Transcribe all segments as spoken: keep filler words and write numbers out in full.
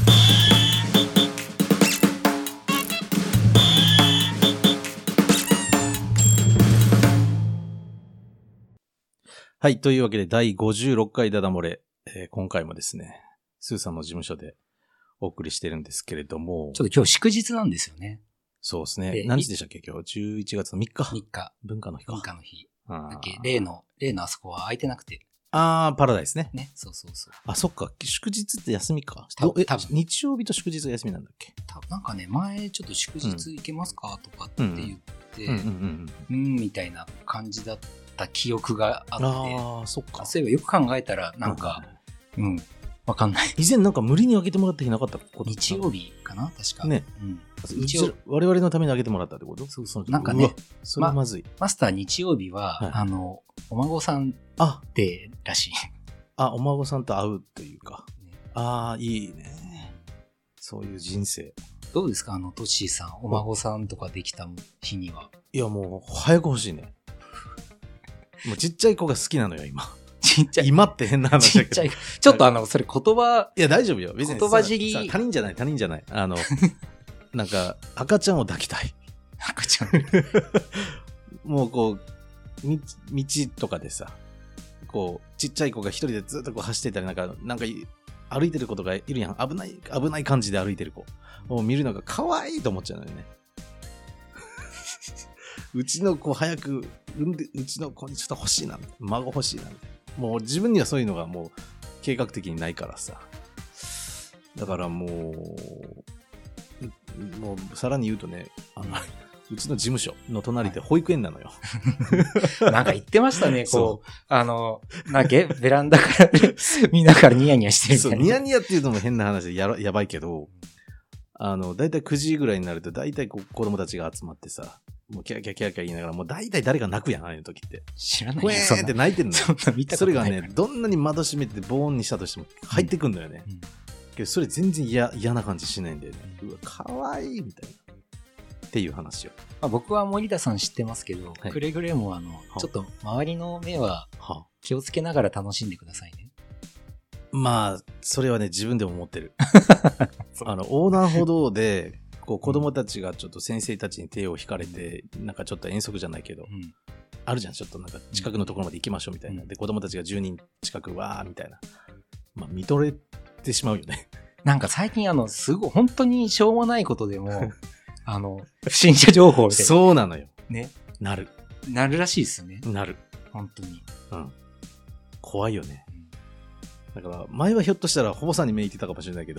はい。というわけで、だいごじゅうろっかいダダ漏れ、えー、今回もですね、スーさんの事務所でお送りしてるんですけれども。 ちょっと今日祝日なんですよね。 そうですね。何日でしたっけ今日？じゅういちがつのみっか。 みっか。 文化の日か。 文化の日。だっけ例の、例のあそこは空いてなくて。 あー、パラダイスね。 ね、そうそうそう。 あ、そっか。祝日って休みか。 たぶん。 日曜日と祝日が休みなんだっけ？ たなんかね、前ちょっと祝日行けますか、うん、とかって言って、うん、うん、うん、うん、みたいな感じだった。た記憶があって、 ああ、そっか。 そういえばよく考えたらなんか、うん、わかんない。 以前なんか無理に分けてもらった日なかったこと？ 日曜日かな確か。 ね。 うん。 日曜我々のためにあげてもらったってこと？ そうそう。なんかね、 それはまずい。 ま、マスター日曜日は、はい、あのお孫さんでらしい。 あ、お孫さんと会うというか。ね、ああ、いいね。そういう人生。 どうですかあのトッシーさん、お孫さんとかできた日には。 いやもう早く欲しいね。もうちっちゃい子が好きなのよ、今。 ちっちゃい。 今って変な話だけど。 ちっちゃい。ちょっとあの、それ言葉。 いや、大丈夫よ。別に。 言葉尻。 他人じゃない、他人じゃない。あの、なんか、赤ちゃんを抱きたい。 赤ちゃんもうこう、道、道とかでさ、こう、ちっちゃい子が一人でずっとこう走ってたり、なんか、なんか、歩いてる子とかいるやん。危ない、危ない感じで歩いてる子。を見るのが可愛いと思っちゃうのよね。うちの子早く産んで、うちの子にちょっと欲しいな、孫欲しいな。もう自分にはそういうのがもう計画的にないからさ。だからもう、もうさらに言うとね、あの、うちの事務所の隣で保育園なのよ。 なんか言ってましたね、こう、あの、なんかベランダからね、みんなからニヤニヤしてるみたいな。 そう、ニヤニヤっていうのも変な話でや, やばいけど、あの、だいたいくじぐらいになると、だいたい子供たちが集まってさ、もうキャキャキャキャ言いながら、もう大体誰か泣くやん、ああいう時って。 知らない。 ふえーって泣いてんのよ。 そんな見たことない。 それがね、どんなに窓閉めてボーンにしたとしても入ってくんのよね。うんうん、けどそれ全然嫌、嫌な感じしないんだよね。うわ、かわいいみたいな。っていう話よ。 まあ、僕は森田さん知ってますけど、はい、くれぐれもあの、ちょっと周りの目は気をつけながら楽しんでくださいね。 まあ、それはね、自分でも思ってる。あの、横断歩道で、こう子供たちがちょっと先生たちに手を引かれて、うん、なんかちょっと遠足じゃないけど、うん、あるじゃん、ちょっとなんか近くのところまで行きましょうみたいな。うん、で、子供たちがじゅうにん近くわーみたいな。まあ、見とれてしまうよね。 なんか最近あの、すごい、本当にしょうもないことでも、あの、不審者情報みたいな。 そうなのよ。 ね。 なる。 なるらしいですね。 なる。 本当に。 うん。怖いよね。だから、前はひょっとしたら、ほぼさんに目いってたかもしれないけど、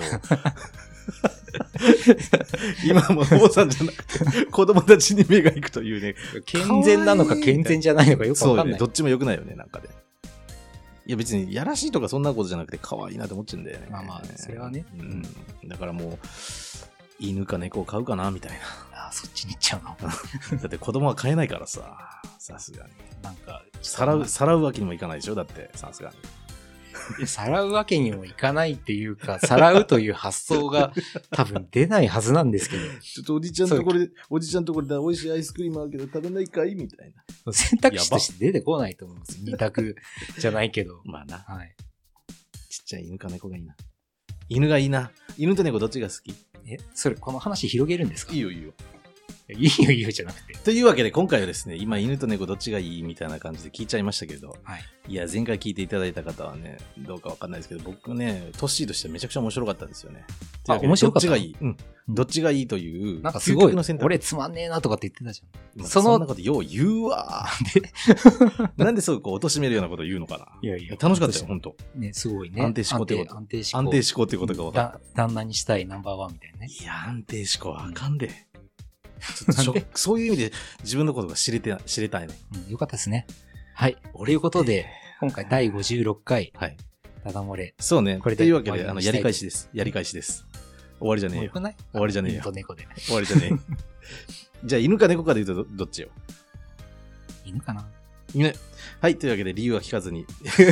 今もほぼさんじゃなくて、子供たちに目が行くというね。 健全なのか健全じゃないのかよくわかんない。そうね。 どっちも良くないよね、なんかで。いや、別に、やらしいとかそんなことじゃなくて、可愛いなって思っちゃうんだよね。 まあまあ、それはね。 うん。だからもう、犬か猫を飼うかな、みたいな。 ああ、そっちに行っちゃうの。 だって子供は飼えないからさ、さすがに。 なんか、 さらう、さらうわけにもいかないでしょ、だって、さすがに。 さらうわけにもいかないっていうか、さらうという発想が多分出ないはずなんですけど。 ちょっとおじちゃんとこれで、おじちゃんとこれで美味しいアイスクリームあるけど食べないかいみたいな。選択肢として出てこないと思うんです。二択じゃないけど。 まあな。 はい。 ちっちゃい犬か猫がいいな。犬がいいな。犬と猫どっちが好き？ え、それこの話広げるんですか？ いいよいいよ。 いいよいいよじゃなくて。 というわけで今回はですね、今犬と猫どっちがいいみたいな感じで聞いちゃいましたけど、はい、いや前回聞いていただいた方はね、どうかわかんないですけど、僕ね、トッシーとしてはめちゃくちゃ面白かったんですよね。 あ、面白かった。 どっちがいい、うん、どっちがいいという、 なんかすごい、俺つまんねえなとかって言ってたじゃん。 そのそんなことよう言うわー。なんでそうこう貶めるようなこと言うのかな。 いやいや、 楽しかったよ、本当。 ね、すごいね。 安定志向ってこと。 安定志向。 安定志向ってことが分かった。 旦那にしたいナンバーワンみたいなね。 いや、安定志向はあかんで。ちょっとそういう意味で自分のことが知れて、知れたいね。 うん、よかったですね。はい。ということで、今回だいごじゅうろっかい。はい。ダダ漏れ。 そうね。これというわけで、あの、やり返しです。やり返しです。終わりじゃねえよ。 よくない？ 終わりじゃねえよ。 犬と猫で。 終わりじゃねえよ。じゃあ、犬か猫かで言うと ど, どっちよ。 犬かな？ 犬。はい。というわけで、理由は聞かずに。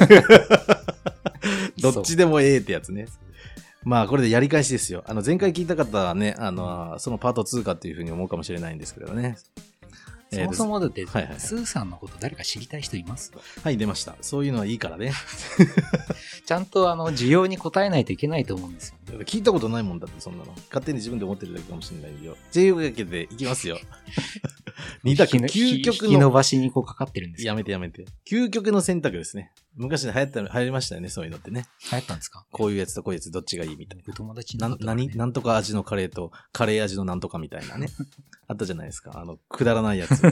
どっちでもええってやつね。まあこれでやり返しですよ。あの前回聞いた方はね、あのそのパートツーかっていうふうに思うかもしれないんですけどね。 そもそもだって、はいはい、スーさんのこと誰か知りたい人います？ はい、出ました。そういうのはいいからね。 ちゃんとあの需要に応えないといけないと思うんですよ、 ね。聞いたことないもんだってそんなの。勝手に自分で思ってるだけかもしれないよ。というわけでいきますよ。二択、究極の。 引き伸ばしにこうかかってるんですよ。 やめてやめて。究極の選択ですね。昔で流行った、流行りましたよね、そういうのってね。 流行ったんですか？ こういうやつとこういうやつどっちがいいみたいな。 友達な、何なんとか味のカレーとカレー味のなんとかみたいなね。あったじゃないですか。あの、くだらないやつ。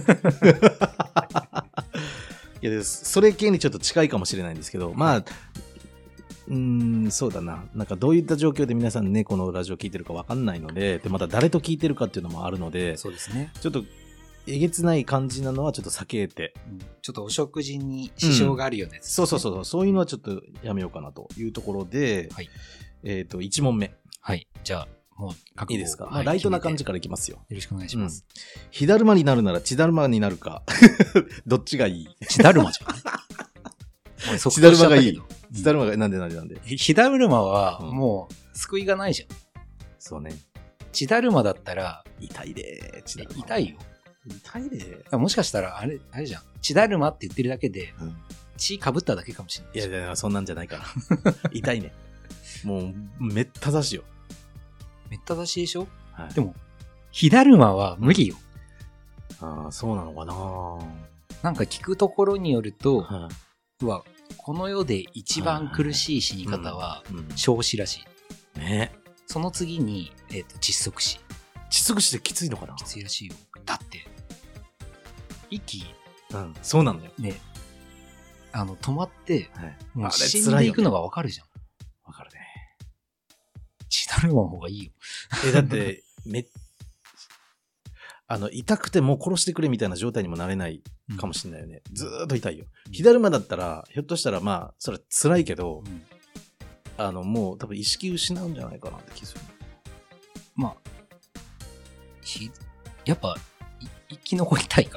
いや、それ系にちょっと近いかもしれないんですけど、まあ、うーん、そうだな。なんかどういった状況で皆さんね、このラジオ聞いてるかわかんないので、で、また誰と聞いてるかっていうのもあるので、 そうですね。 ちょっと、えげつない感じなのはちょっと避けて、 うん、ちょっとお食事に支障があるよね、うん、 そうそうそう、そういうのはちょっとやめようかなというところで、はい、えっと、いち問目。 はい。じゃあ、もう覚悟、 いいですか、はい、まあ、ライトな感じからいきますよ。 よろしくお願いします。 うん、火だるまになるなら血だるまになるか。どっちがいい？ 血だるまじゃん。 血だるまがいい。血だるまが、なんでなんでなんで。 火だるまは、もう、救いがないじゃん。 そうね。 血だるまだったら、 痛いでー、血だるま。 痛いよ。 痛いでもしかしたら、あれ、あれじゃん。血だるまって言ってるだけで、うん、血かぶっただけかもしれない。 いやいや、そんなんじゃないから。痛いね。もう、めった刺しよ。 めった刺しでしょ、 はい、 でも、火だるまは無理よ。 うん、ああ、そうなのかな。 なんか聞くところによると、 はい、 うわ、この世で一番苦しい死に方は、焼死らしい。 ね。 その次に、えっと、窒息死。 窒息死ってきついのかな？ きついらしいよ。だって、息、 うん、そうなんだよ。 ね。あの、止まって、 はい、 もう死んでいくのがわかるじゃん。 わかるね。 血だるまの方がいいよ。 え、だって、め、あの、痛くてもう殺してくれみたいな状態にもなれないかもしれないよね。うん、ずーっと痛いよ。火だるまだったら、ひょっとしたらまあ、それは辛いけど、うん、あの、もう多分意識失うんじゃないかなって気する。 まあ、ひ、やっぱ、生き残りたいから。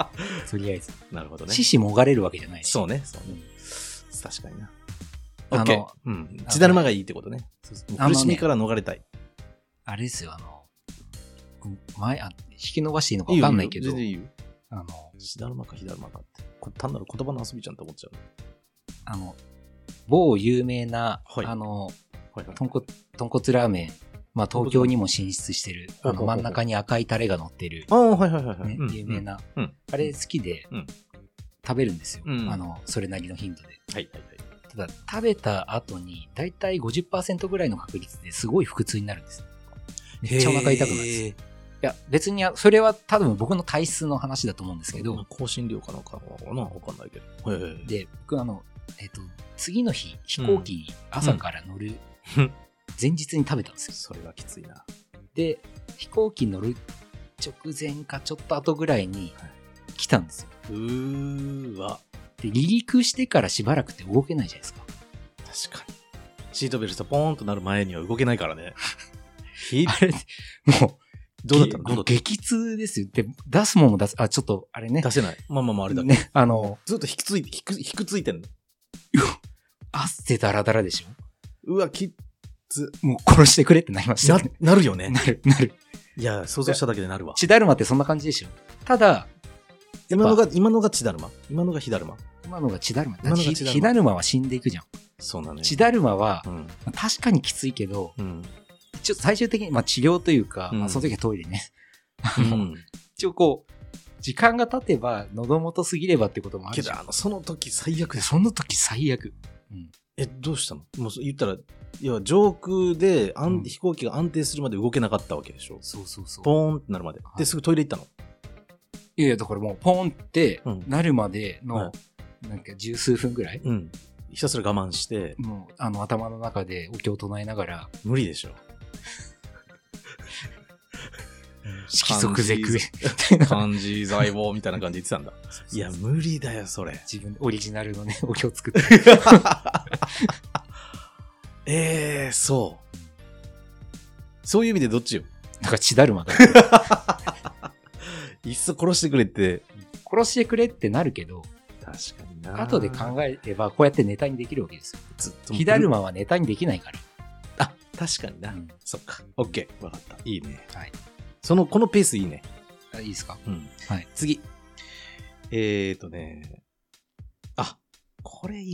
とりあえず。 なるほどね。 死死もがれるわけじゃないし。 そうね。そうね。うん、確かにな。オッケー。うん。血だるまがいいってことね。そうそう。苦しみから逃れたい。 あれですよ、あの、前、あ、引き伸ばしていいのか分かんないけど。 いいよ、全然いいよ。 あの、 血だるまか火だるまかって。これ単なる言葉の遊びじゃんと思っちゃう。 あの、某有名な、はい、あの、はいはい、豚骨、豚骨ラーメン。まあ、東京にも進出してる、あの真ん中に赤いタレが乗ってる、 ああ、はいはいはい、 ね、有名な、うん、あれ好きで、食べるんですよ、うん、あの、それなりの頻度で。 はいはいはい。 ただ、食べた後に、だいたい ごじゅっパーセント ぐらいの確率ですごい腹痛になるんです。めっちゃお腹痛くなるんです。いや、別に、それは多分僕の体質の話だと思うんですけど。 香辛料かなんかなわかんないけど。 で、僕あの、えっと、次の日、飛行機に朝から乗る、うん前日に食べたんですよ。 それはきついな。 で、飛行機乗る直前かちょっと後ぐらいに来たんですよ。 うーわ。 で、離陸してからしばらくって動けないじゃないですか。 確かに。シートベルトポーンとなる前には動けないからね。 あれ、もう、 どうだったの？どうだったの？ 激痛ですよ。で、出すもんも出す、あ、ちょっと、あれね。 出せない。まあまあまああれだね。あの、 ずっと引くついて、引く、引くついてんの。 汗だらだらでしょ。 うわ、きもう殺してくれってなりましたね。な、なるよね。 なる、なる。 いや、想像しただけでなるわ。 血だるまってそんな感じでしょ。ただ、 今のが、今のが血だるま今のが火だるま今のが血だるま。今のが血だるま。火だるまは死んでいくじゃん。 そうだね。 血だるまは、うん、確かにきついけど、うん、ちょっと最終的に、まあ治療というか、うん、まあその時はトイレね。うん、一応こう、時間が経てば、喉元過ぎればってこともあるじゃん。 けど、あの、その時最悪でその時最悪。うん、 え、どうしたの？もう言ったら、いや、上空で、うん、飛行機が安定するまで動けなかったわけでしょ。 そうそうそう。 ポーンってなるまで。はい、で、すぐトイレ行ったの？ いやいや、だからもう、ポーンってなるまでの、うん、なんか十数分ぐらい、 うん、ひたすら我慢して。 もう、あの、頭の中でお経を唱えながら。 無理でしょ。 色即是空。 漢字財宝みたいな感じで言ってたんだ。いや、無理だよ、それ。 自分でオリジナルのね、お経を作って。 ええー、そう。そういう意味でどっちよ。 なんか血だるまだ。 いっそ殺してくれって。 殺してくれってなるけど。 確かにな。 後で考えれば、こうやってネタにできるわけですよ。ずっと。火だるまはネタにできないから。 あ、確かにな。うん、そっか。オッケー。わかった。いいね。 はい。 その、このペースいいね。 あ、いいですか？ うん。 はい。 次。えーとね。あ、これいいね。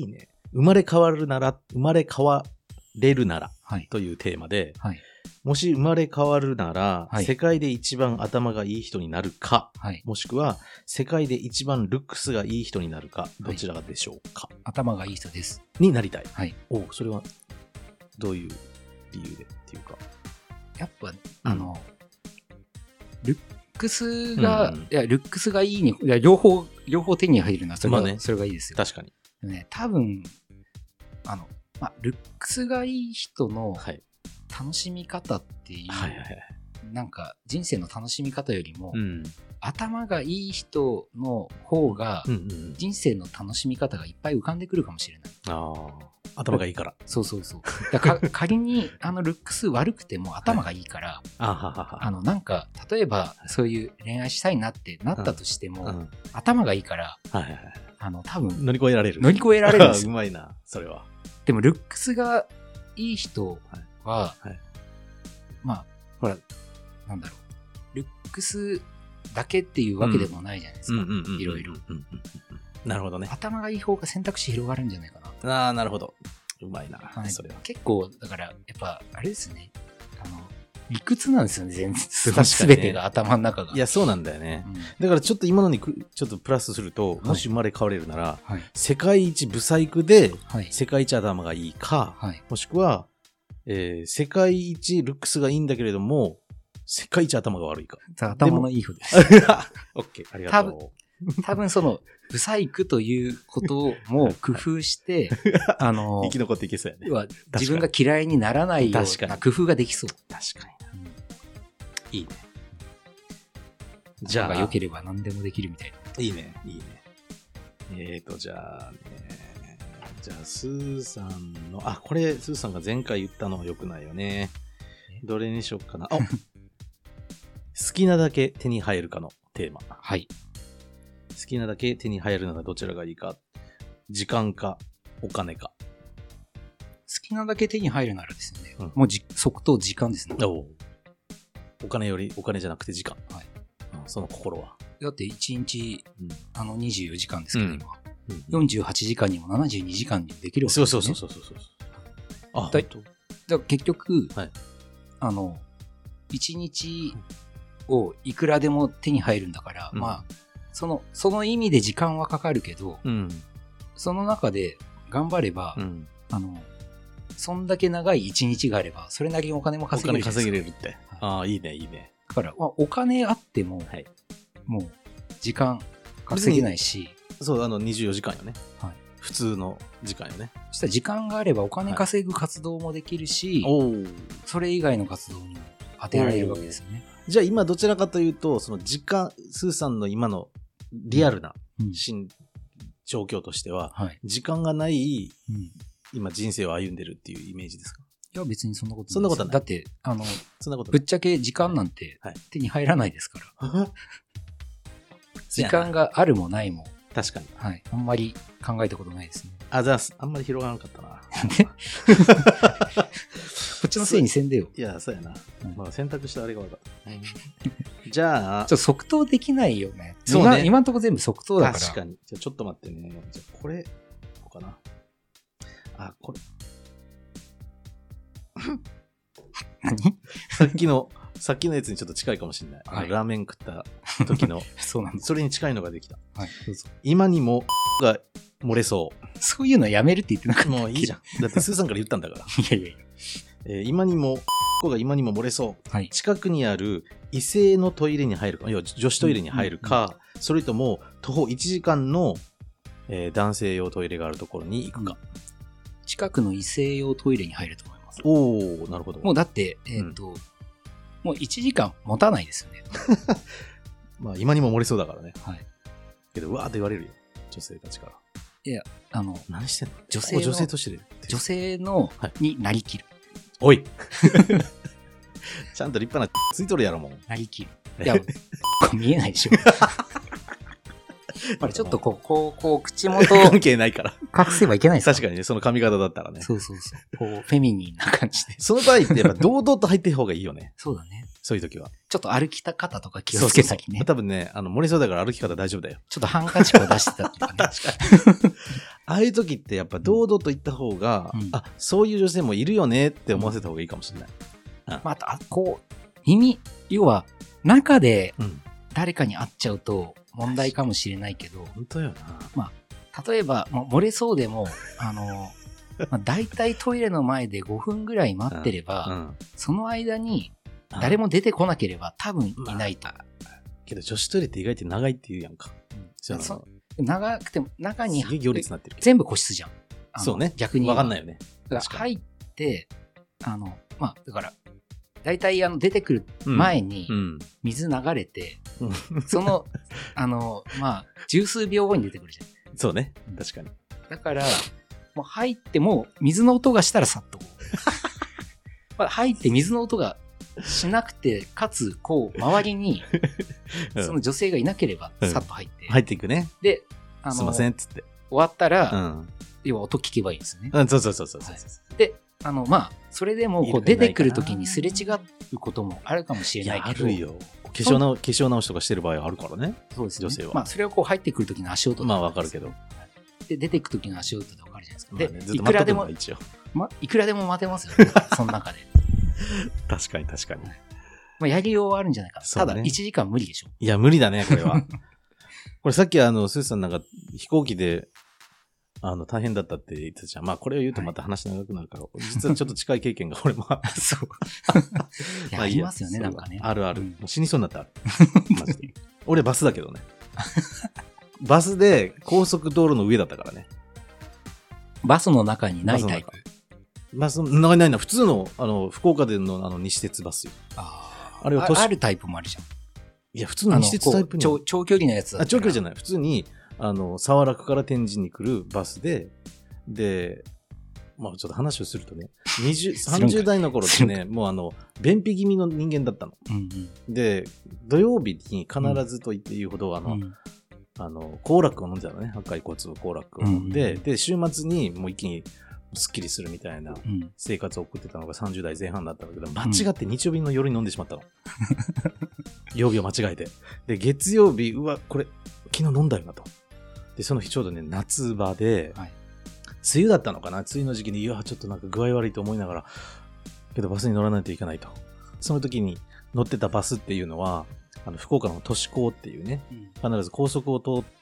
生まれ変わるなら、生まれ変われるなら、 はい、 というテーマで、 はい、 もし生まれ変わるなら、 はい、 世界で一番頭がいい人になるか、 はい、 もしくは世界で一番ルックスがいい人になるか、どちらでしょうか。はい、 頭がいい人です。 になりたい。 はい。 お、それはどういう理由でっていうか。 やっぱ、あの、うん、ルックスが、うん、いや、ルックスがいいに、いや、両方、両方手に入るのは、それが、まあね、それがいいですよ。 確かに。 ね、多分、あの、まあ、ルックスがいい人の楽しみ方っていう、はいはいはい、なんか人生の楽しみ方よりも、うん、頭がいい人の方が人生の楽しみ方がいっぱい浮かんでくるかもしれない。 ああ、頭がいいから。 そうそうそう。だから仮にあのルックス悪くても頭がいいから、はい、あ, はははあのなんか例えばそういう恋愛したいなってなったとしても、うんうん、頭がいいから、はいはいはい、あの多分乗り越えられる。 乗り越えられるんですよ。 うまいな、それは。 でもルックスがいい人は、はいはい、まあほらなんだろう、ルックスだけっていうわけでもないじゃないですか。いろいろ。 なるほどね。 頭がいい方が選択肢広がるんじゃないかな。 ああ、なるほど。うまいな、はい、それは。 結構だからやっぱあれですね。あの理屈なんですよね。全然すべてが頭の中が。 いやそうなんだよね。うん、だからちょっと今のにちょっとプラスすると、はい、もし生まれ変われるなら、はい、世界一ブサイクで、はい、世界一頭がいいか、はい、もしくは、えー、世界一ルックスがいいんだけれども世界一頭が悪いか。 頭のいい方です。 オッケー、ありがとう。 多分、多分そのブサイクということも工夫して、あの生き残っていけそうやね。 要は自分が嫌いにならないような工夫ができそう。 確かに。いいね。じゃあ、 良ければ何でもできるみたいな。 いいね、いいね。えーと、じゃあね。じゃあ、スーさんの、あ、これ、スーさんが前回言ったのは良くないよね。どれにしよっかな。あ好きなだけ手に入るかのテーマ。 はい。 好きなだけ手に入るならどちらがいいか。時間か、お金か。 好きなだけ手に入るならですね。うん、もうじ即答時間ですね。 おお金よりお金じゃなくて時間。はい。うん、その心は。 だっていちにち、うん、あのにじゅうよじかんですけど、うん、今、うん。よんじゅうはちじかんにもななじゅうにじかんにもできるわけですね。 そうそうそうそうそう。 あ、だだから結局、はい、あの、いちにちをいくらでも手に入るんだから、うん、まあ、その、その意味で時間はかかるけど、うん、その中で頑張れば、うん、あの、そんだけ長い一日があれば、それなりにお金も稼げる。 お金稼げれるって。はい、ああ、いいね、いいね。 だから、まあ、お金あっても、はい、もう、時間稼げないし。 そう、あの、にじゅうよじかんよね。はい。普通の時間よね。 そしたら時間があればお金稼ぐ活動もできるし、はい、それ以外の活動にも当てられるわけですよね。 じゃあ今どちらかというと、その時間、スーさんの今のリアルな、うん、状況としては、はい、時間がない、うん、今人生を歩んでるっていうイメージですか？ いや別にそんなことないです。 そんなことない。 だって、あの、そんなことぶっちゃけ時間なんて手に入らないですから。はい、時間があるもないも。 確かに。 はい。あんまり考えたことないですね。 あ、じゃあ、あんまり広がらなかったな。 こっちのせいにせんでよ。 いや、そうやな。うん、まあ選択したあれが分かった。じゃあ。 ちょっと即答できないよね。そうね。今、今のところ全部即答だから。 確かに。じゃあちょっと待ってね。じゃあこれ、こうかな。あ、これ。 何さっきの、さっきのやつにちょっと近いかもしれない。はい、ラーメン食った時の。 そうなんです。 それに近いのができた。 はい。どうぞ。 今にもが漏れそう。 そういうのやめるって言ってなかった。 もういいじゃん。だってスーさんから言ったんだから。 いやいやいや。 えー、今にもが今にも漏れそう。はい。近くにある異性のトイレに入るか、いや女子トイレに入るか、うんうんうん、それとも徒歩いちじかんの、えー、男性用トイレがあるところに行くか。うん、 近くの異性用トイレに入ると思います。 おー、なるほど。 もうだって、えっと、うん、もういちじかん持たないですよね。 まあ今にも漏れそうだからね。はい。けど、うわーって言われるよ。女性たちから。 いや、あの、 何してんの？ 女性の、 女性として女性の、はい、になりきる。 おいちゃんと立派なついとるやろもん。 なりきる。いや、見えないでしょ。まあちょっとこう、こう、こう、口元を関係ないから。 隠せばいけないですか？ 確かにね、その髪型だったらね。 そうそうそう。こう、フェミニンな感じで。 その場合ってやっぱ堂々と入ってる方がいいよね。 そうだね。 そういう時は。 ちょっと歩き方とか気をつけたりね。そうそうそう、 多分ね、あの、漏れそうだから歩き方大丈夫だよ。 ちょっとハンカチを出してたりとかね。 確かに。ああいう時ってやっぱ堂々と言った方が、うん、あ、そういう女性もいるよねって思わせた方がいいかもしれない。 うんうん、また、こう、耳、要は、中で誰かに会っちゃうと問題かもしれないけど、 本当よな。 まあ、例えば、まあ、漏れそうでも、あの、まあ、大体トイレの前でごふんぐらい待ってれば、うんうん、その間に誰も出てこなければ多分いないと。まあ、 けど女子トイレって意外と長いって言うやんか。うん、 そ長くても中に行列になってる全部個室じゃん。 そうね。 逆に。 わかんないよね。 だから入って、あの、まあ、だから、大体あの出てくる前に水流れて、うんうん、その、あの、まあ、十数秒後に出てくるじゃん。 そうね。確かに。 だから、もう入っても水の音がしたらさっとこう。まあ、入って水の音がしなくて、かつ、こう、周りに、その女性がいなければ、さっと入って、 うん。入っていくね。 で、あの、 すいませんっつって。 終わったら、うん、要は音聞けばいいんですよね。 うん、そうそうそうそうそう、はい。 で、あの、まあ、それでも、こう、出てくるときにすれ違うこともあるかもしれないけど。 あるよ。化粧直、化粧直しとかしてる場合はあるからね。 そうですね。 女性は。 まあ、それをこう入ってくるときの足音とか。 まあ、わかるけど。 で、出ていくときの足音でわかるじゃないですか。で、 まあね、ずっと待っとくのが一応。 ま、いくらでも待てますよ、ね。その中で。 確かに確かに。 まあ、やりようはあるんじゃないかな。ね、ただ、いちじかん無理でしょ。 いや、無理だね、これは。これさっきあの、スーさんなんか飛行機で、あの、大変だったって言ってたじゃん。まあ、これを言うとまた話長くなるから、はい、実はちょっと近い経験が俺もあって。 そう。まあ、いいありますよね、なんかね。 あるある。うん、もう死にそうになったある。マジで。俺バスだけどね。バスで高速道路の上だったからね。 バスの中にないタイプ。 バスの、ないないな。普通の、あの、福岡でのあの、西鉄バスよ。 ああ。あれはあるタイプもあるじゃん。 いや、普通の西鉄タイプに。 長, 長距離のやつだった。 あ、長距離じゃない。普通に、あの、沢楽から天神に来るバスで、で、まあちょっと話をするとね、にじゅう、さんじゅう代の頃ってね、もうあの、便秘気味の人間だったの。うんうん、で、土曜日に必ずと言っていいほど、うん、あの、うん、あの、コラックを飲んでたのね。赤いコツをコーラックを飲んで、うんうん、で、週末にもう一気にスッキリするみたいな生活を送ってたのがさんじゅう代前半だったんだけど、間違って日曜日の夜に飲んでしまったの。うん、曜日を間違えて。で、月曜日、うわ、これ、昨日飲んだよなと。で、その日ちょうどね、夏場で、はい、梅雨だったのかな、梅雨の時期に、いや、ちょっとなんか具合悪いと思いながら、けどバスに乗らないといけないと。その時に乗ってたバスっていうのは、あの福岡の都市高っていうね、うん、必ず高速を通って、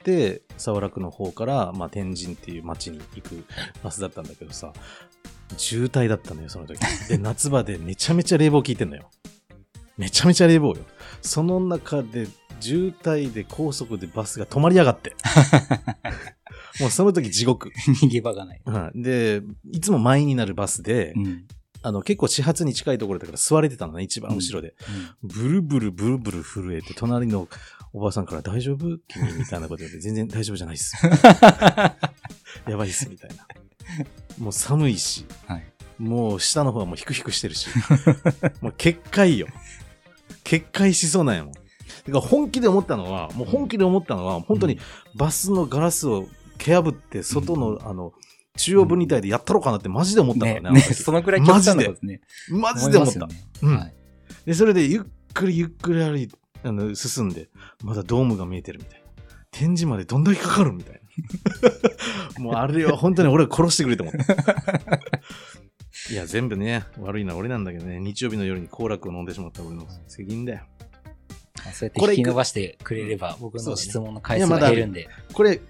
沢楽の方から、まあ、天神っていう町に行くバスだったんだけどさ、渋滞だったのよ、その時。で、夏場でめちゃめちゃ冷房効いてんのよ。めちゃめちゃ冷房よ。その中で、渋滞で高速でバスが止まりやがって。もうその時地獄。 逃げ場がない。 うん、で、いつも満員になるバスで、うん、あの結構始発に近いところだから座れてたのね、一番後ろで。うん、ブルブルブルブル震えて、隣のおばさんから大丈夫君みたいなこと言って、全然大丈夫じゃないっす。やばいっす、みたいな。もう寒いし、はい、もう下の方はもうヒクヒクしてるし、もう決壊よ。決壊しそうなんやもん。だから本気で思ったのは、もう本気で思ったのは、本当にバスのガラスを蹴破って、外の、うん、あの、中央分離帯でやったろうかなってマジで思ったのね。 ね、ねそのくらい極端なことですね。 マジで思った。ね、うん、 はい。 で、それでゆっくりゆっくり歩いて、あの、進んで、まだドームが見えてるみたいな。天神までどんだけかかるみたいな。もうあれは本当に俺を殺してくれと思った。いや、全部ね、悪いのは俺なんだけどね、日曜日の夜にコーラックを飲んでしまった俺の責任だよ。 そうやって引き伸ばしてくれれば僕の質問の回数が減るんで。 ね、これ、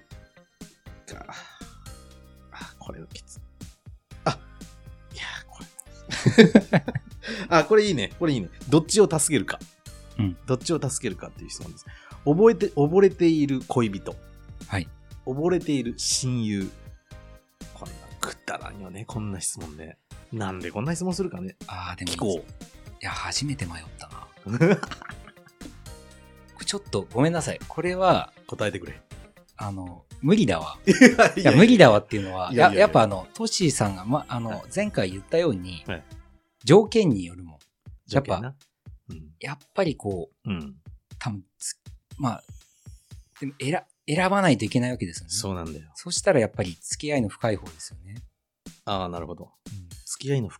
あ、これきつ。あ、いや、これ。あ、これいいね。これいいね。どっちを助けるか。うん。どっちを助けるかっていう質問です。覚えて、溺れている恋人。 はい。 溺れている親友。こんなくだらんよね。こんな質問で。なんでこんな質問するかね。 ああ、でもいい。聞こう。 いや、初めて迷ったな。ちょっとごめんなさい。これは答えてくれ。 あの無理だわ。いやいやいや無理だわっていうのは、いやいやいややっぱあのトッシーさんがまあの、はい、前回言ったように、はい、条件によるもん。やっぱ、うん、やっぱりこう、うん、多分まあでも選選ばないといけないわけですよね。 そうなんだよ。 そしたらやっぱり付き合いの深い方ですよね。 ああ、なるほど。うん、付き合いの深い。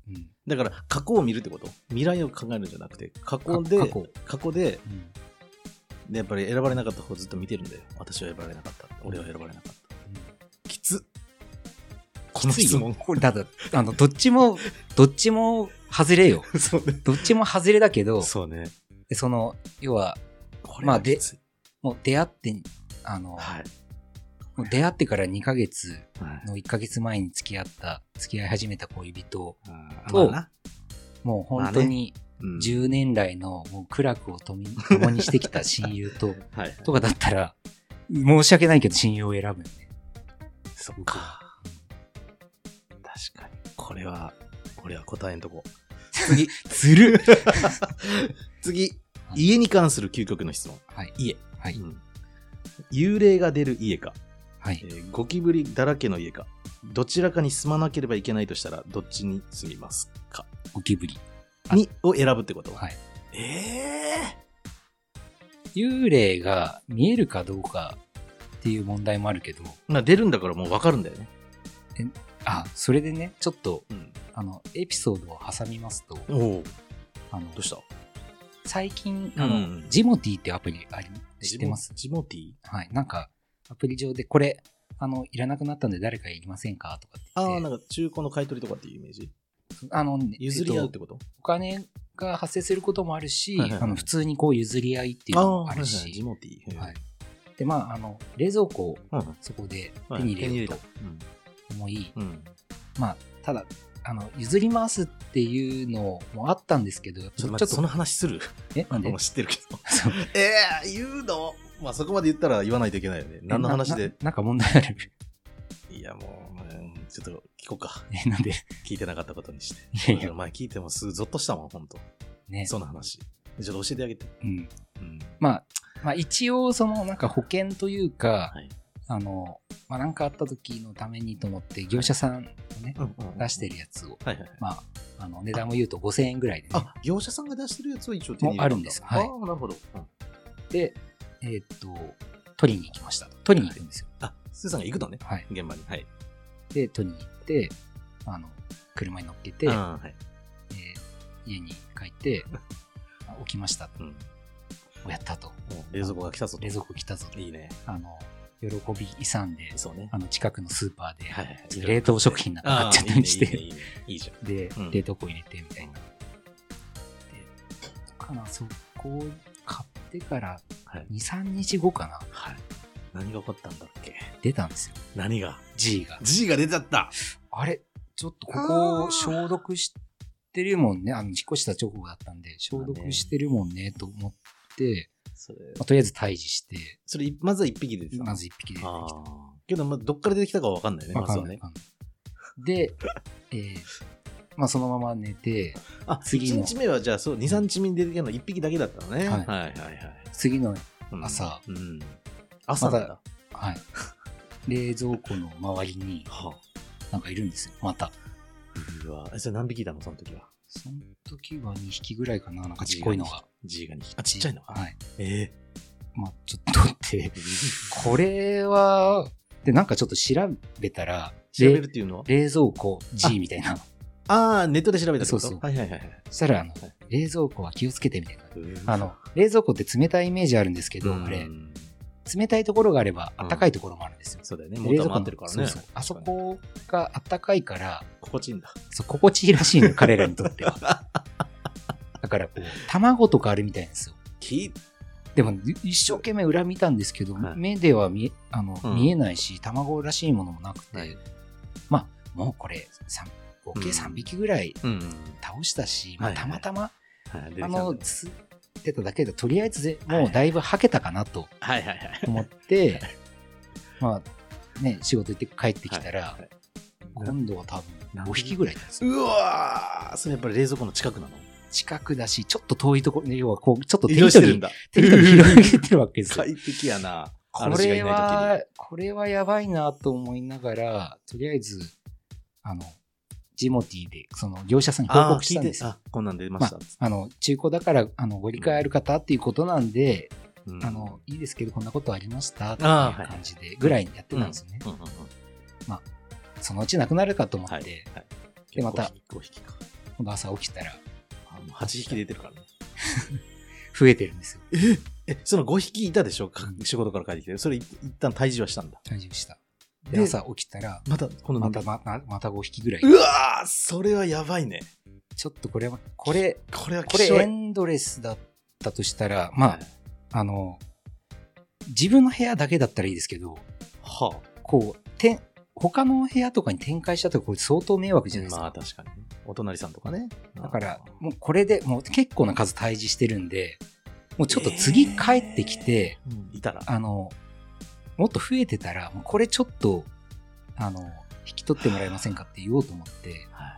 うん、だから過去を見るってこと？未来を考えるんじゃなくて、過去で、過去、過去で、うん、で、やっぱり選ばれなかった方をずっと見てるんだよ。私は選ばれなかった。俺は選ばれなかった。うん、きつっ。この質問。 これだあの、どっちも、どっちも外れよ。そうね。どっちも外れだけど、 そうね。 その、要は、 これはきつい。 まあ、で、もう出会って、あの、はい、もう出会ってからにかげつのいっかげつまえに付き合った、付き合い始めた恋人と、まあ、もう本当にじゅうねん来のもう苦楽を共にしてきた親友と、はい、とかだったら、申し訳ないけど親友を選ぶよね。 そっか。確かに。これは、俺は答えんとこ。次。 ずる次。家に関する究極の質問。 はい。 家。 はい、うん。 幽霊が出る家か。 はい。 えー、ゴキブリだらけの家か。どちらかに住まなければいけないとしたら、どっちに住みますか？ ゴキブリ。 に、を選ぶってこと？ はい。 ええー。幽霊が見えるかどうかっていう問題もあるけど。 まあ出るんだからもう分かるんだよね。 え、あ、それでね、ちょっと、うん、あの、エピソードを挟みますと。 おあの、 どうした？ 最近、あの、うん、ジモティってアプリあり、知ってます？ ジモティ？ はい。なんか、アプリ上で、これ、あの、いらなくなったんで誰かいりませんかとかって言って。 ああ、なんか中古の買い取りとかっていうイメージ？ あの、 譲り合うってこと？えっと、 お金が発生することもあるし、はいはいはい、あの普通にこう譲り合いっていうのもあるし。 はいはい、ジモティ。 はい。で、まあ、あの、冷蔵庫をそこで手に入れようと思い、うんうん、まあ、ただ、あの、譲りますっていうのもあったんですけど、 ちょっと待って、その話する？ え、なんで？ もう知ってるけど。ええー、言うの？まあそこまで言ったら言わないといけないよね。何の話で？ な、な、なんか問題ある？ いやもう、うん、ちょっと聞こうか。 え、なんで？ 聞いてなかったことにして。 いやいや。 前聞いてもすぐゾッとしたもん、ほんと。 ね。 その話。ちょっと教えてあげて。 うん。うん、まあ、まあ一応そのなんか保険というか、はい、あの、まあなんかあった時のためにと思って業者さんをね、はい、出してるやつを、はいはいはい、まあ、あの値段を言うとごせんえんぐらいでね。 あ、業者さんが出してるやつを一応手に入れるんだ。 あるんですよ。はい。 ああ、なるほど。うん、 で、えー、っと、取りに行きました。取りに行くんですよ。 はい、あ、スーさんが行くのね。 はい。 現場に。はい。 で、取りに行って、あの、車に乗っけて、 はい、 えー、家に帰って、起きました。うん。やったと。 冷蔵庫が来たぞと。 冷蔵庫来たぞと。 いいね。 あの、喜び勇んで、 そうね。 あの、近くのスーパーで、はいはい、冷凍食品なんか買っちゃったりして、 いいね、いいじゃん。 で、うん、冷凍庫入れてみたいな。で、かな、そこを買ってからに、さんにちごかな。 はい。何が起こったんだっけ？ 出たんですよ。 何が？ G が。 G が出ちゃった。 あれちょっとここを消毒してるもんね。あの、引っ越した直後だったんで、消毒してるもんね、と思って、それまあ、とりあえず退治して。 それ、まずはいっぴき出てきた。 まずいっぴき出てきた。 けど、まあ、どっから出てきたかは分かんないね。 分かんない。まずはね、で、えー、まあ、そのまま寝て、 あ、次のいちにちめはじゃあ、そう、に、さんにちめに出てきたのいっぴきだけだったのね。はい。はいはいはい。 次の朝、 うん。うん、朝だ、ま、 はい。冷蔵庫の周りに、なんかいるんですよ、また。 うわ、それ何匹だの、その時は。 その時はにひきぐらいかな、なんかちっこいのが。 G がにひき。あ、ちっちゃいのが。 はい。 ええー。まあ、ちょっと待って、これは、で、なんかちょっと調べたら、 調べるっていうのは冷蔵庫 G みたいな。 ああ、ネットで調べたってこと？ そうそう。 はいはいはい。 そしたら、あの、はい、冷蔵庫は気をつけてみたいな。あの、冷蔵庫って冷たいイメージあるんですけど、あれ、冷たいところがあれば、暖かいところもあるんですよ。 うん、そうだよね。モーター回ってるからね。 そうそう。あそこが暖かいから、 心地いいんだ。 そう、心地いいらしいの、彼らにとっては。だから、こう、卵とかあるみたいなんですよ。 きでも、一生懸命裏見たんですけど、はい、目では見え、あの、うん、見えないし、卵らしいものもなくて、はい、まあ、もうこれ、合計さんびきぐらい倒したし、うん、まあ、たまたま、はいはいはい、あの、つってただけで、とりあえずでもうだいぶはけたかなと思って、まあ、ね、仕事行って帰ってきたら、はいはい、今度は多分ごひきぐらいなんですよ。 うわー、それやっぱり冷蔵庫の近くなの？ 近くだし、ちょっと遠いところ、要はこう、ちょっとテリトリー、テリトリー広げてるわけですよ。 快適やな。 これは、これはやばいなと思いながら、とりあえず、あの、ジモティで、その業者さんに報告したんですよ。 あ、こんなん出ました。 まあ、あの、中古だから、あの、ご理解ある方っていうことなんで、うん、あの、いいですけど、こんなことありましたっていう感じで、ぐらいやってたんですよね。まあ、そのうちなくなるかと思って、はいはい、 で、また、 今度朝起きたらはちひき出てるからね増えてるんですよ。 ええそのごひきいたでしょ、うん、仕事から帰ってきてそれ一旦退治はしたんだ。 退治した。で朝起きたらまたこのまたまたまたごひきぐらい。 うわーそれはやばいね。 ちょっとこれはこれこれはこれエンドレスだったとしたらまあ、はい、あの自分の部屋だけだったらいいですけど、はあ、こうて他の部屋とかに展開したとこれ相当迷惑じゃないですか。 まあ確かにお隣さんとかね。 だからもうこれでもう結構な数退治してるんで、もうちょっと次帰ってきて、 えー、いたらあのもっと増えてたらもうこれちょっとあの引き取ってもらえませんかって言おうと思って、はい、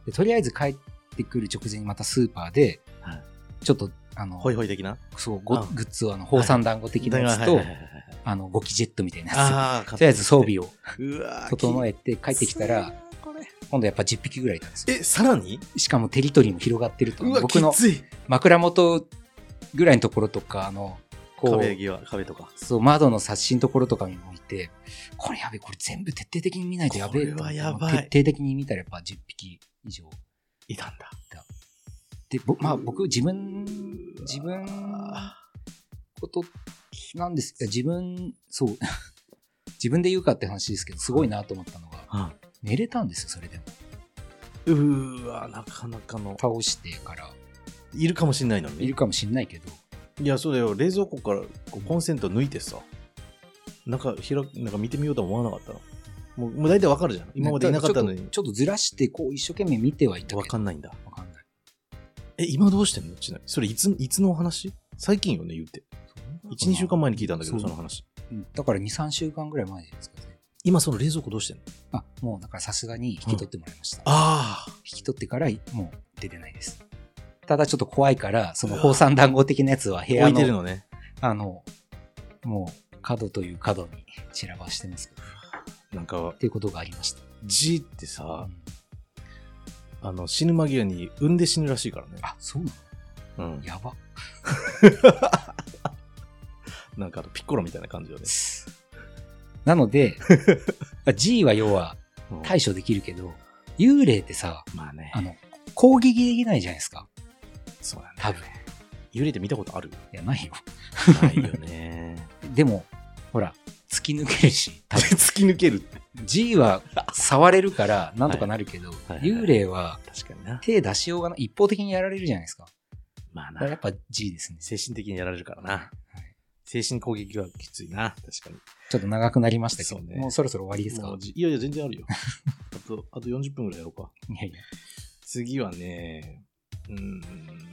でとりあえず帰ってくる直前にまたスーパーで、はい、ちょっとあのホイホイ的なそうグッズをあの宝山団子的なやつとあのゴキジェットみたいなやつとりあえず装備を整えて帰ってきたら今度やっぱじゅっぴきぐらいいたんですよ。 えさらにしかもテリトリーも広がってると。僕の枕元ぐらいのところとかあのこう壁際壁とかそう窓の冊子のところとかに置いてこれやべえこれ全部徹底的に見ないとやべえと。 これはやばい。 徹底的に見たらやっぱじゅっぴき以上いたんだ。 でまあ僕自分自分ことなんですけど自分そう自分で言うかって話ですけどすごいなと思ったのが、うん、寝れたんですよそれでも。 うーわなかなかの倒してからいるかもしれないのにいるかもしれないけどいやそうだよ冷蔵庫からこうコンセント抜いてさなんか開なんか見てみようとは思わなかったの。もうもう大体わかるじゃん今までいなかったのに、 ね、ちょっとずらしてこう一生懸命見てはいたけどわかんないんだ。 わかんない。 え今どうしてんのちなみにそれいついつの話最近よね言うて いち,に 週間前に聞いたんだけど そ, その話だから に,さん 週間ぐらい前じゃないですかね。 今その冷蔵庫どうしてんの。 あもうだからさすがに引き取ってもらいました、うん、 ああ引き取ってからもう出てないです。ただちょっと怖いからその宝山団子的なやつは部屋の置いてるのね。 あのもう角という角に散らばしてますけど、ね、 なんかっていうことがありました。 G ってさ、うん、あの死ぬ間際に産んで死ぬらしいからね。 あそうなの、うん、やばなんかあとピッコロみたいな感じよね。 なのでG は要は対処できるけど、うん、幽霊ってさ、 まあね、 あの攻撃できないじゃないですか。 そうだね。 多分幽霊って見たことある？ いやないよないよねでもほら突き抜けるし多分突き抜ける G は触れるからなんとかなるけど、はいはいはいはい、幽霊は確かにな手出しようがない。一方的にやられるじゃないですか。 まあなやっぱ G ですね。 精神的にやられるからな、はい、精神攻撃はきついな。確かにちょっと長くなりましたけど、 ね、 もうそろそろ終わりですか。 いやいや全然あるよあとあとよんじゅっぷんぐらいやろうか。 いやいや次はねうーん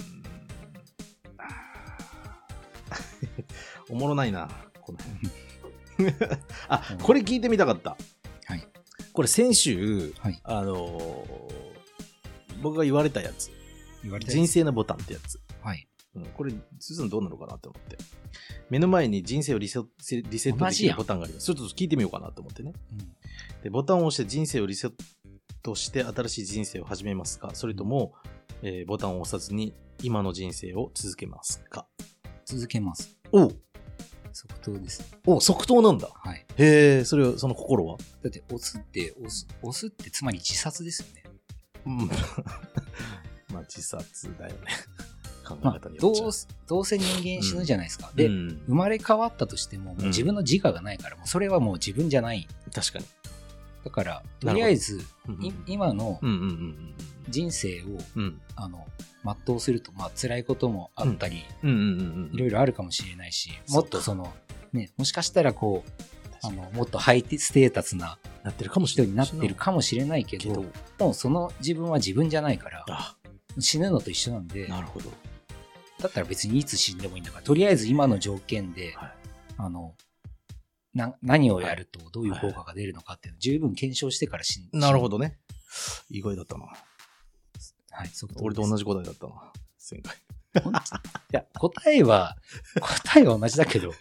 おもろないなこの辺あ、うん、これ聞いてみたかった、 はい、 これ先週、 はい、 あのー、僕が言われたやつ言われた人生のボタンってやつ、 はいうん、これすずんどうなのかなって思って目の前に人生をリセリセットできるボタンがあります。ちょっと聞いてみようかなと思ってね、うん、でボタンを押して人生をリセットして新しい人生を始めますか、それとも、えー、ボタンを押さずに今の人生を続けますか。 続けます。 お即答です。 お即答なんだ。 はい。 へえ、それはその心は？ だって押すって押す押すってつまり自殺ですよね。 うん。まあ自殺だよね。考え方によっちゃ、 まあ、どうどうせ人間死ぬじゃないですか。うん、で、うん、生まれ変わったとしても、もう自分の自我がないから、もうそれはもう自分じゃない。 確かに。 だからとりあえず、うんうん、今の人生を、うん、あの全うすると、まあ辛いこともあったり、いろいろあるかもしれないし、もっとそのね、もしかしたらこうあのもっとハイステータスななってるかもしれない人になってるかもしれないけど、もうその自分は自分じゃないから死ぬのと一緒なんで。 なるほど。 だったら別にいつ死んでもいいんだから、とりあえず今の条件で、はい、あのな何をやるとどういう効果が出るのかっていうのを十分検証してから死ぬ。 なるほどね。意外だったな。 はい、そう俺と同じ答えだったな。前回。 いや答えは答えは同じだけど。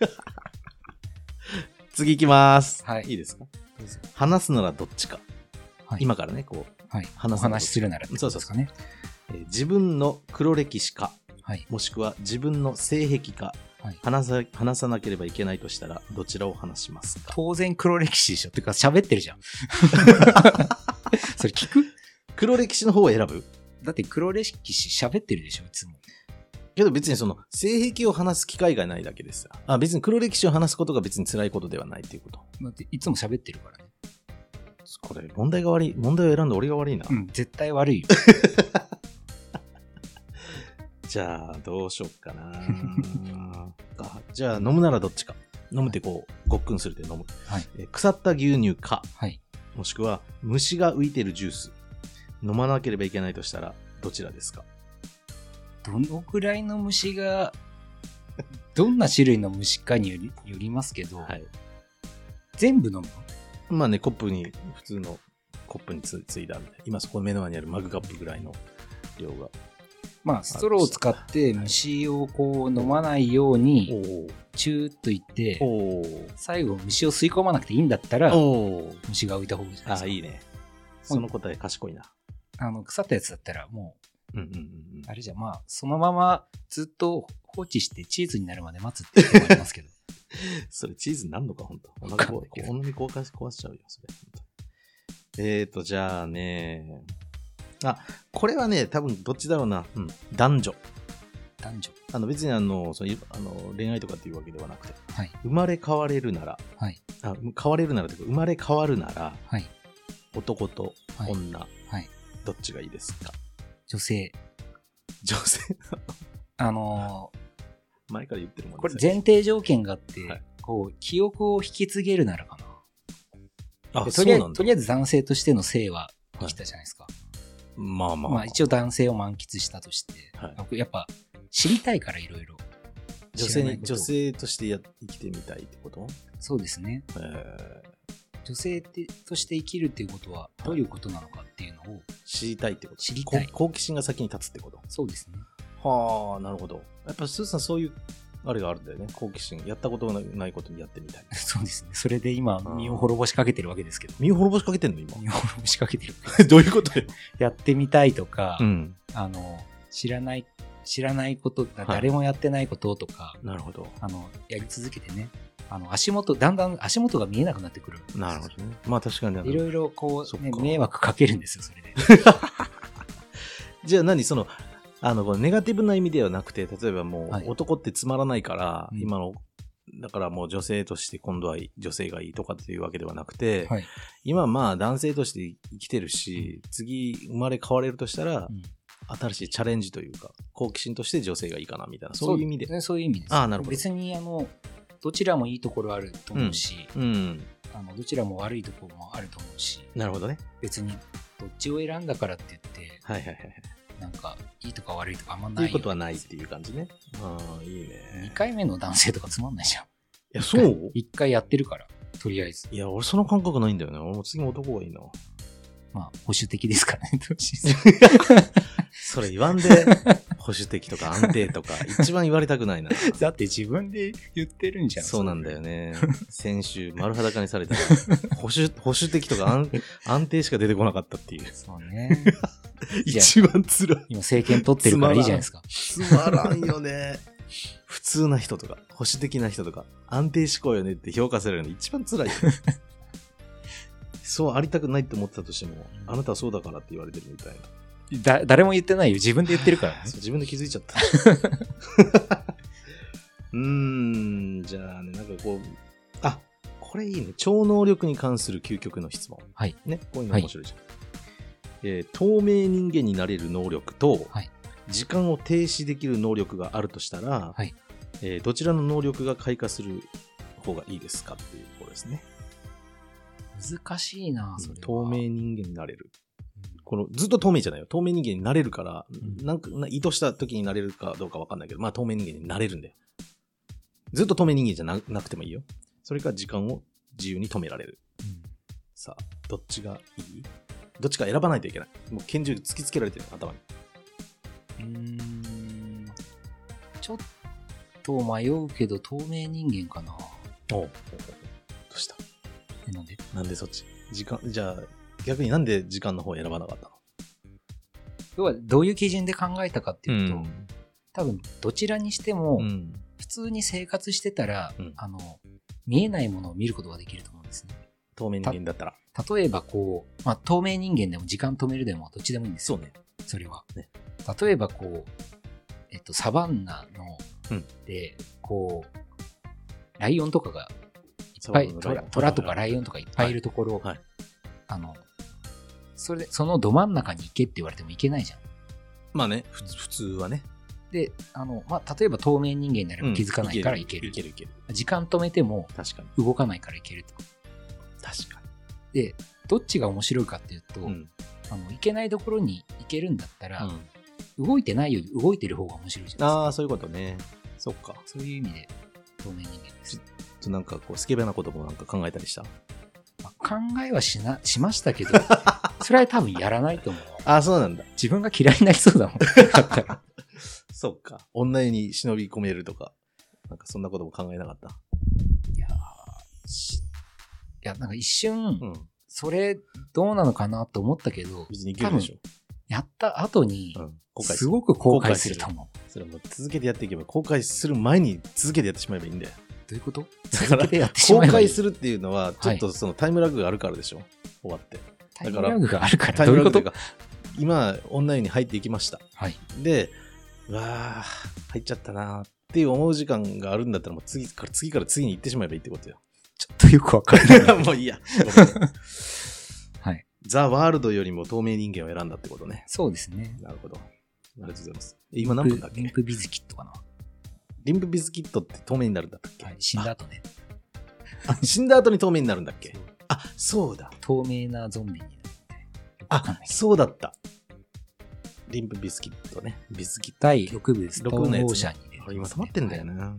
次行きます。 はい。 いいですか。話すならどっちか。はい、今からねこう、 はい、話すお話しするならそうですかね。えー、自分の黒歴史か。 はい、 もしくは自分の性癖か、はい、話さ、話さなければいけないとしたらどちらを話しますか。 当然黒歴史でしょ。ってか喋ってるじゃん。それ聞く？ 黒歴史の方を選ぶ？ だって黒歴史喋ってるでしょ、いつも。 けど別にその、性癖を話す機会がないだけです。あ、別に黒歴史を話すことが別に辛いことではないっていうこと。 だっていつも喋ってるからね。 これ、問題が悪い。問題を選んだ俺が悪いな。 うん、絶対悪いよ。 じゃあ、どうしよっかなあ。じゃあ、飲むならどっちか。飲むってこう、ごっくんするって飲む。 はい、 え腐った牛乳か。 はい。 もしくは、虫が浮いてるジュース。飲まなければいけないとしたら、どちらですか？ どのくらいの虫が、どんな種類の虫かにより、よりますけど、はい、全部飲むの？ まあね、コップに、普通のコップに つ, ついだみたいな。今そこの目の前にあるマグカップぐらいの量が。 まあ、ストローを使って虫をこう飲まないように、チューッといって、最後虫を吸い込まなくていいんだったら、虫が浮いた方がいいじゃないですか。 あ、いいね。その答え賢いな。 あの、腐ったやつだったらもう、うんうんうん、 あれじゃ、まあ、そのままずっと放置してチーズになるまで待つって言ってありますけど。 それチーズになるのか、ほんと。お腹壊し壊しちゃうよ、それ。えーと、じゃあね、あ、これはね、多分どっちだろうな。うん。男女。 男女。 あの別にあの、そのあの恋愛とかっていうわけではなくて、 はい、 生まれ変われるなら、 はい、 あ変われるならというか、生まれ変わるなら、 はい、 男と女、 はいはい、 どっちがいいですか？ 女性。 女性あのー、前から言ってるもんね。 これ前提条件があって、はい、こう、記憶を引き継げるならかな。あ、とりあえず、とりあえず男性としての性は生きたじゃないですか。はい、 まあまあ、 まあ一応男性を満喫したとして、はい、僕やっぱ知りたいからいろいろ。 女性に、女性としてや生きてみたいってこと？ そうですね。えー、女性ってとして生きるっていうことはどういうことなのかっていうのを知りたいってこと？ 知りたい。 好奇心が先に立つってこと？ そうですね。 はあ、なるほど。やっぱスーさんそういうあれがあるんだよね。好奇心。やったことがないことにやってみたい。 そうですね。それで今、身を滅ぼしかけてるわけですけど。 身を滅ぼしかけてんの今。 身を滅ぼしかけてる。 どういうことよ。 やってみたいとか、 うん、 あの、知らない、知らないこと、誰もやってないこととか、 はい、なるほど。 あの、やり続けてね。あの、足元、だんだん足元が見えなくなってくる。 なるほどね。まあ確かに。 いろいろこう、ね、迷惑かけるんですよ、それで。 じゃあ何その、あのネガティブな意味ではなくて、例えばもう、はい、男ってつまらないから、うん、今のだからもう女性として今度は女性がいいとかっていうわけではなくて、はい、今まあ男性として生きてるし、うん、次生まれ変われるとしたら、うん、新しいチャレンジというか好奇心として女性がいいかなみたいな、そういう意味で。 そう、そういう意味です。 ああ、なるほど。 別にあのどちらもいいところあると思うし、 うんうん、 あのどちらも悪いところもあると思うし。 なるほどね。 別にどっちを選んだからって言って、 はいはいはい。 なんかいいとか悪いとかあんまない。 ということはないっていう感じね。ああ、いいね。 にかいめの男性とかつまんないじゃん。いや、そういっかいやってるから、とりあえず。 いや、俺その感覚ないんだよね。俺も次も男がいいな。 まあ、保守的ですからね、 それ言わんで、保守的とか安定とか、一番言われたくないな。 だって自分で言ってるんじゃん。 そうなんだよね。先週、丸裸にされたら、保守、保守的とか安、安定しか出てこなかったっていう。 そうね。 一番辛い。 今政権取ってるからいいじゃないですか。 つまらんよね。普通な人とか、保守的な人とか、安定志向よねって評価されるの一番辛いよ。そうありたくないって思ってたとしても、あなたはそうだからって言われてるみたいな。 だ誰も言ってないよ。自分で言ってるから、ね、 そう自分で気づいちゃった。うーん、じゃあね、なんかこう、あ、これいいね。超能力に関する究極の質問。 はい。 ね、こういうの面白いじゃん。はい、えー、透明人間になれる能力と、はい、時間を停止できる能力があるとしたら、はい、えー、どちらの能力が開花する方がいいですかっていうところですね。 難しいな、それは。 透明人間になれる。このずっと透明じゃないよ。透明人間になれるから、うん、なんか意図した時になれるかどうか分かんないけど、まあ透明人間になれるんで。ずっと透明人間じゃ な, なくてもいいよ。それか時間を自由に止められる。うん、さあ、どっちがいい？どっちか選ばないといけない。もう拳銃突きつけられてる、頭に。 うーん。ちょっと迷うけど、透明人間かな。 おうおうおう、どうした？ え、なんで？ なんでそっち？時間、じゃあ、逆になんで時間の方を選ばなかったの？ 要はどういう基準で考えたかっていうと、うん、多分どちらにしても、うん、普通に生活してたら、うん、あの見えないものを見ることができると思うんですね。 透明人間だったら。 例えばこう、まあ、透明人間でも時間止めるでもどっちでもいいんですよ。 そうね。 それは。 ね、 例えばこう、えっと、サバンナの、 うん、 で、こう、ライオンとかがいっぱい、トラ、トラとかライオンとかいっぱいいるところ、はいはい、あの、それで、そのど真ん中に行けって言われても行けないじゃん。 まあね、普通、普通はね。 で、あの、まあ、例えば透明人間になれば気づかないから行ける。 うん、いける、いける、いける。 時間止めても、動かないから行けると。 確かに。で、どっちが面白いかっていうと、うん、あの、行けないところに行けるんだったら、うん、動いてないより動いてる方が面白いじゃないですか。 ああ、そういうことね。そっか。 そういう意味で、透明人間です。 ちょなんかこう、スケベなこともなんか考えたりした？ まあ、考えはしな、しましたけど、それは多分やらないと思う。 ああ、そうなんだ。 自分が嫌いになりそうだもん。だったら。 そっか。女湯に忍び込めるとか、なんかそんなことも考えなかった。 いやー、いや、なんか一瞬、うん、それどうなのかなと思ったけど、 別にいけるでしょ。 やった後に、うん、すごく後悔すると思う。 それも続けてやっていけば、後悔する前に続けてやってしまえばいいんだよ。 どういうこと？ 続けてやってしまえばいい。後悔するっていうのは、ちょっとそのタイムラグがあるからでしょ。はい、終わって。 タイムラグがあるから、どういうこと？ 今、女湯に入っていきました。 はい。 で、うわー、入っちゃったなーっていう思う時間があるんだったら、もう次から次から次に行ってしまえばいいってことよ。 ちょっとよくわかんない。 もういいや。 はい。 ザ・ワールドよりも透明人間を選んだってことね。 そうですね。 なるほど。ありがとうございます。今何分だっけ？ リンプビズキットかな。 リンプビズキットって透明になるんだったっけ？ はい、死んだ後ね。 あ、死んだ後に透明になるんだっけ？あ、そうだ。 透明なゾンビになって。 あ、そうだった。リンプビスキットね。ビスキット。 だいろくぶです。 ろくぶのやつ、ね。 シャンに入れてますね、 今止まってんだよな。はい、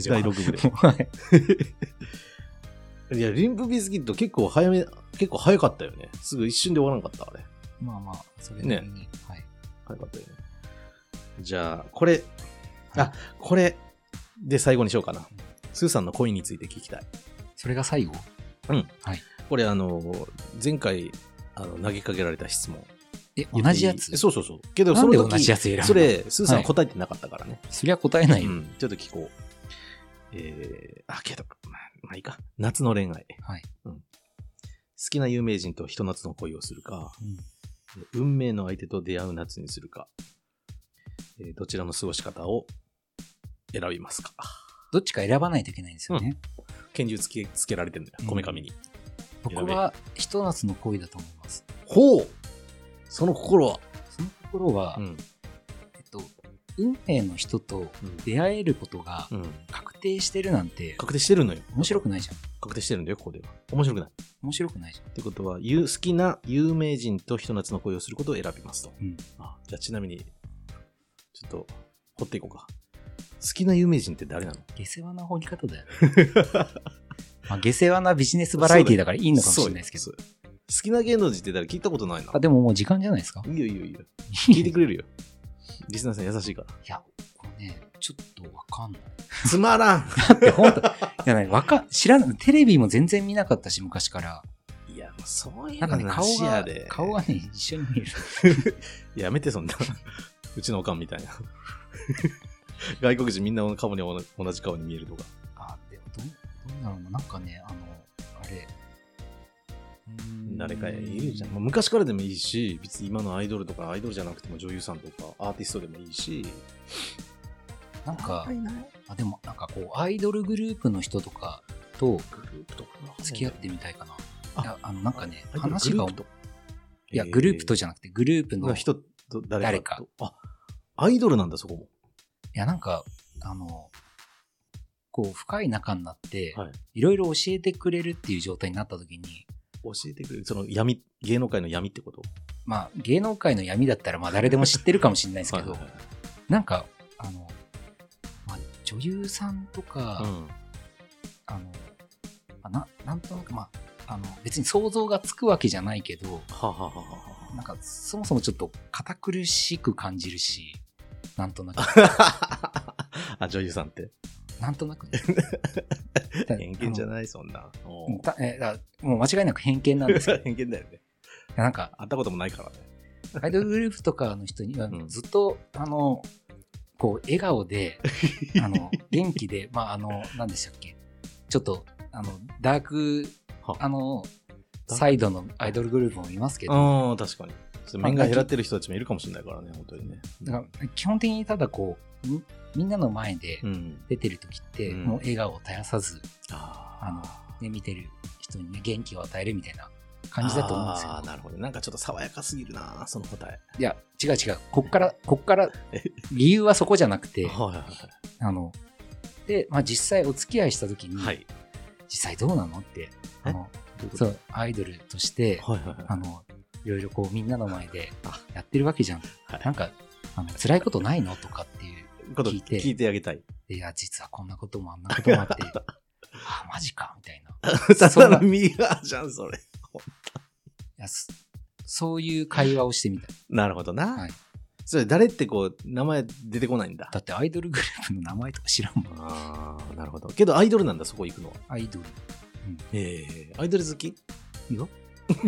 だいろくぶで。いや、リンプビスキット結構早め、結構早かったよね。すぐ一瞬で終わらなかった、あれ。 まあまあ、それなりに。 ね、 はい。 早かったよね。じゃあ、これ、はい、あ、これで最後にしようかな。うん、スーさんの恋について聞きたい。 それが最後？ うん。 はい。 これあの、前回、あの、投げかけられた質問。 え、同じやつ？ そうそうそう。けど、その時、同じやつ選んだ。それ、スーさん答えてなかったからね。はい、 そりゃ答えないよ。 うん。ちょっと聞こう。えー、あ、けど、まあ、まあいいか。夏の恋愛。 はい。 うん。好きな有名人とひと夏の恋をするか、うん、運命の相手と出会う夏にするか、えー、どちらの過ごし方を選びますか？ どっちか選ばないといけないんですよね。 うん、拳銃つけ、つけられてるんだよ。こめかみに。 うん、僕はひと夏の恋だと思います。 ほう！その心はその心は、うん、えっと、運命の人と出会えることが確定してるなんて、うん、 確定してるのよ。 面白くないじゃん。 確定してるんだよ、ここでは。面白くない。 面白くないじゃん。 ってことは、好きな有名人とひと夏の恋をすることを選びますと。うん、あ、じゃあちなみに、ちょっと、掘っていこうか。好きな有名人って誰なの？ 下世話な掘り方だよね。まあ、下世話なビジネスバラエティだからいいのかもしれないですけど。 好きな芸能人って誰聞いたことないな。 あ、でももう時間じゃないですか？ いいよいいよいいよ。聞いてくれるよ。リスナーさん優しいから。 いや、これね、ちょっとわかんない。 つまらん。 だってほんと、いやね、わか、知らない。テレビも全然見なかったし、昔から。 いや、もうそういうなんかね、顔が、顔がね、一緒に見える。 やめて、そんな。うちのおかんみたいな。外国人みんなの顔に同じ顔に見えるとか。 あ、でもどう、どうなの？なんかね、あの、あれ。 誰かいるじゃん。まあ、昔からでもいいし、別に今のアイドルとか、アイドルじゃなくても女優さんとか、アーティストでもいいし。 なんか、あ、でもなんかこう、アイドルグループの人とかと付き合ってみたいかな。あ、いや、あの、なんかね、話が、いや、グループとじゃなくて、グループの人と誰か。 あ、アイドルなんだ、そこも。 いや、なんか、あの、こう、深い仲になって、はい、いろいろ教えてくれるっていう状態になった時に、 教えてくれる、その闇、芸能界の闇ってこと？ まあ、芸能界の闇だったら、まあ、誰でも知ってるかもしれないですけど、はいはいはい、なんか、あの、まあ、女優さんとか、うん、あの、まあ、な、なんとなく、まあ、あの、別に想像がつくわけじゃないけど、 ははははなんか、そもそもちょっと堅苦しく感じるし、なんとなく。 あ、女優さんって。 なんとなくね。 偏見じゃない、そんな。 たえだもう間違いなく偏見なんですけど。 偏見だよね。 なんか、 会ったこともないからね。 アイドルグループとかの人には、ずっと、うん、あの、こう、笑顔で、あの、元気で、まあ、あの、何でしたっけ。ちょっと、あの、ダーク、あの、サイドのアイドルグループもいますけど、 あ、確かに。 面が減らってる人たちもいるかもしれないからね、本当にね。 だから基本的にただこう、み, みんなの前で出てる時って、うん、もう笑顔を絶やさず、ああの、ね、見てる人にね、元気を与えるみたいな感じだと思うんですよ。 ああ、なるほど。なんかちょっと爽やかすぎるな、その答え。 いや、違う違う。こっから、こっから、理由はそこじゃなくて、 はいはいはい、 あの、で、まあ実際お付き合いした時に、はい、実際どうなのって、あの、そう、アイドルとして、はいはいはい、あの、いろいろこうみんなの前でやってるわけじゃん。はい、なんか、あの辛いことないのとかっていうこと聞いて、聞いてあげたい。 いや、実はこんなこともあんなこともあって、あ、マジかみたいな。 ただのミーハーじゃん、それ。いや、そういう会話をしてみたい。 なるほどな。はい。それ誰ってこう、名前出てこないんだ。 だってアイドルグループの名前とか知らんもん。 ああ、なるほど。けどアイドルなんだ、そこ行くのは。 アイドル。 うん、ええー、アイドル好き？いいよ。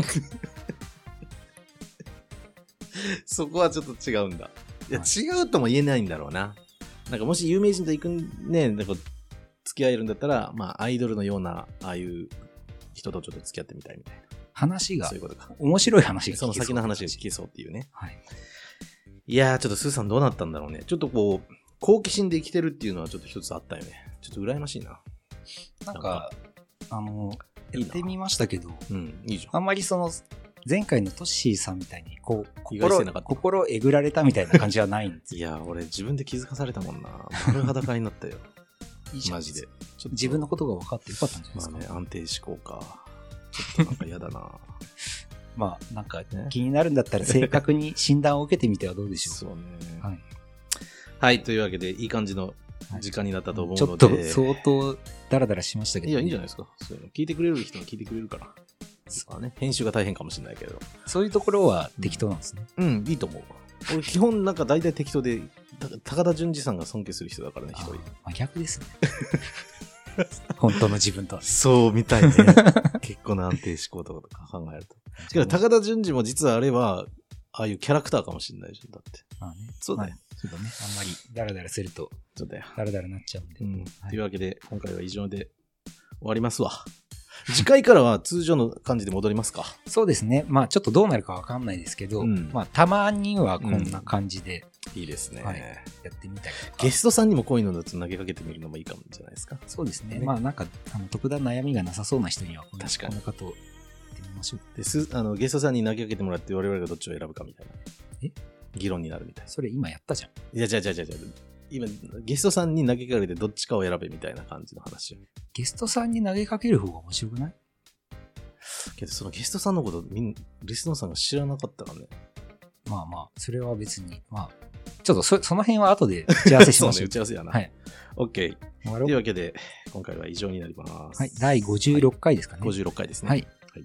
そこはちょっと違うんだ。いや、はい、違うとも言えないんだろうな。なんかもし有名人と行くね、なんか付き合えるんだったら、まあアイドルのような、ああいう人とちょっと付き合ってみたいみたいな。 話が、 そういうことか。 面白い話が聞けそう。 その先の話が聞けそうっていうね。はい。いやー、ちょっとスーさんどうなったんだろうね。ちょっとこう、好奇心で生きてるっていうのはちょっと一つあったよね。ちょっと羨ましいな。 なんか、あの、やってみましたけど、 うん、いいじゃん。 あんまりその、前回のトッシーさんみたいに、こう、心、心えぐられたみたいな感じはないんですよ。 いや、俺自分で気づかされたもんな。丸裸になったよ。いいじゃんマジで。ちょっと自分のことが分かってよかったんじゃないですか。 まあね、安定思考か。ちょっとなんか嫌だな。 まあ、なんか気になるんだったら正確に診断を受けてみてはどうでしょう。 そうね。 はい。 はい、というわけで、いい感じの時間になったと思うので。 はい、ちょっと相当ダラダラしましたけど、ね。 いや、いいんじゃないですか。そういうの聞いてくれる人は聞いてくれるから。そうね。編集が大変かもしれないけど。 そういうところは適当なんですね。 うん、うん、いいと思う。俺、基本なんか大体適当で、高田純次さんが尊敬する人だからね、一人。 真逆ですね。本当の自分とは。 そう、みたいね。結構な安定思考とか考えると。けど、高田純次も実はあれは、ああいうキャラクターかもしれないじゃん、だって。 まあね。 そうだよ。 そうだね。あんまりダラダラすると、 そうだよ。 ダラダラなっちゃうんで。 うんはい、というわけで、今回は以上で終わりますわ。次回からは通常の感じで戻りますか。 そうですね。まあちょっとどうなるかわかんないですけど、うん、まあたまにはこんな感じで、 うん、いいですね、 はい、やってみたりとか。 ゲストさんにもこういうの投げかけてみるのもいいかもじゃないですか。 そうですね。ねまあなんかあの特段悩みがなさそうな人にはこんな確かにこんなことをやってみましょう。 ですあのゲストさんに投げかけてもらって我々がどっちを選ぶかみたいな。 え？ 議論になるみたいな。 それ今やったじゃん。 いやじゃあじゃあじゃあ今ゲストさんに投げかけてどっちかを選べみたいな感じの話を。 ゲストさんに投げかける方が面白くない？ けどそのゲストさんのことみんリスナーさんが知らなかったらね。 まあまあそれは別にまあちょっと そ, その辺は後で打ち合わせしましょう。 そうね打ち合わせやな。はい。OK。というわけで今回は以上になります。 はい。だいごじゅうろっかいですかね。はい、 ごじゅうろっかいですね。 はい。 はい、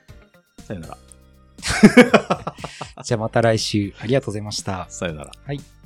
さよなら。 じゃあまた来週ありがとうございました。 さよなら。 はい。